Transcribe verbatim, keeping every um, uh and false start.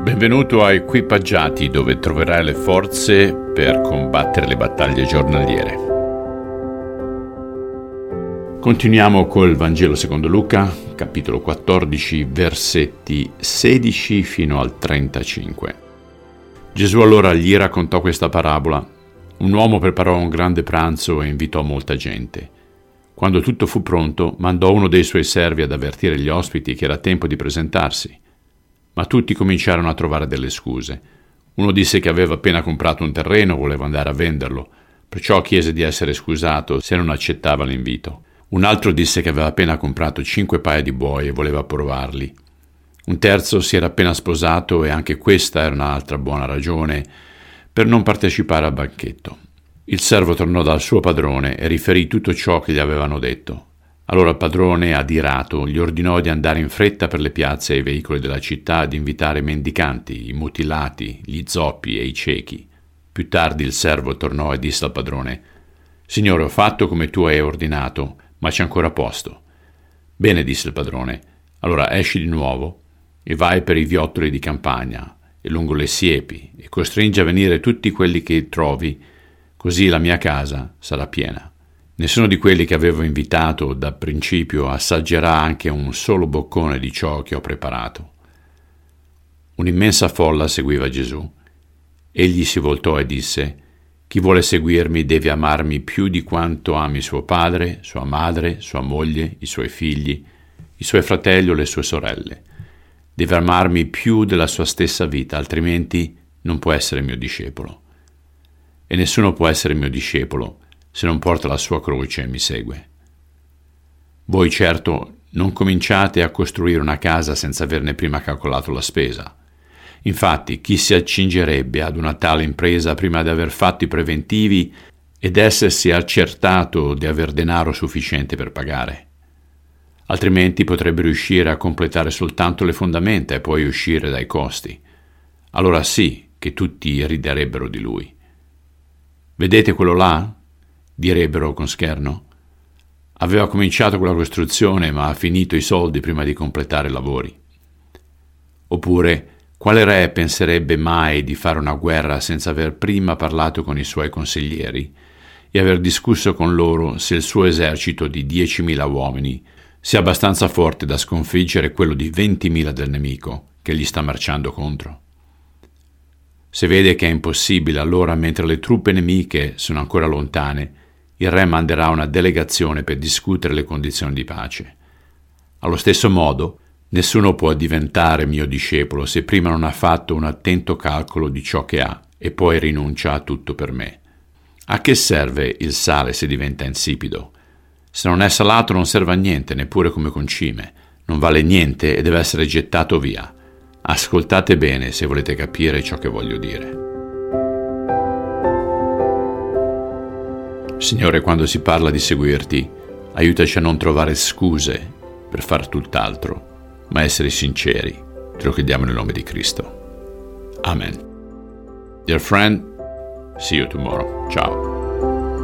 Benvenuto a Equipaggiati, dove troverai le forze per combattere le battaglie giornaliere. Continuiamo col Vangelo secondo Luca, capitolo quattordici, versetti sedici fino al trentacinque. Gesù allora gli raccontò questa parabola. Un uomo preparò un grande pranzo e invitò molta gente. Quando tutto fu pronto, mandò uno dei suoi servi ad avvertire gli ospiti che era tempo di presentarsi. Ma tutti cominciarono a trovare delle scuse. Uno disse che aveva appena comprato un terreno e voleva andare a venderlo, perciò chiese di essere scusato se non accettava l'invito. Un altro disse che aveva appena comprato cinque paia di buoi e voleva provarli. Un terzo si era appena sposato e anche questa era un'altra buona ragione per non partecipare al banchetto. Il servo tornò dal suo padrone e riferì tutto ciò che gli avevano detto. Allora il padrone, adirato, gli ordinò di andare in fretta per le piazze e i veicoli della città ad invitare i mendicanti, i mutilati, gli zoppi e i ciechi. Più tardi il servo tornò e disse al padrone: «Signore, ho fatto come tu hai ordinato, ma c'è ancora posto». «Bene», disse il padrone, «allora esci di nuovo e vai per i viottoli di campagna e lungo le siepi e costringi a venire tutti quelli che trovi, così la mia casa sarà piena». Nessuno di quelli che avevo invitato da principio assaggerà anche un solo boccone di ciò che ho preparato. Un'immensa folla seguiva Gesù. Egli si voltò e disse: «Chi vuole seguirmi deve amarmi più di quanto ami suo padre, sua madre, sua moglie, i suoi figli, i suoi fratelli o le sue sorelle. Deve amarmi più della sua stessa vita, altrimenti non può essere mio discepolo. E nessuno può essere mio discepolo se non porta la sua croce e mi segue. Voi certo non cominciate a costruire una casa senza averne prima calcolato la spesa. Infatti, chi si accingerebbe ad una tale impresa prima di aver fatto i preventivi ed essersi accertato di aver denaro sufficiente per pagare? Altrimenti potrebbe riuscire a completare soltanto le fondamenta e poi uscire dai costi. Allora sì che tutti riderebbero di lui. Vedete quello là? Direbbero con scherno. Aveva cominciato con la costruzione, ma ha finito i soldi prima di completare i lavori. Oppure, quale re penserebbe mai di fare una guerra senza aver prima parlato con i suoi consiglieri e aver discusso con loro se il suo esercito di diecimila uomini sia abbastanza forte da sconfiggere quello di ventimila del nemico che gli sta marciando contro? Se vede che è impossibile, allora, mentre le truppe nemiche sono ancora lontane, il re manderà una delegazione per discutere le condizioni di pace. Allo stesso modo, nessuno può diventare mio discepolo se prima non ha fatto un attento calcolo di ciò che ha e poi rinuncia a tutto per me. A che serve il sale se diventa insipido? Se non è salato non serve a niente, neppure come concime. Non vale niente e deve essere gettato via. Ascoltate bene se volete capire ciò che voglio dire. Signore, quando si parla di seguirti, aiutaci a non trovare scuse per far tutt'altro, ma essere sinceri. Te lo chiediamo nel nome di Cristo. Amen. Dear friend, see you tomorrow. Ciao.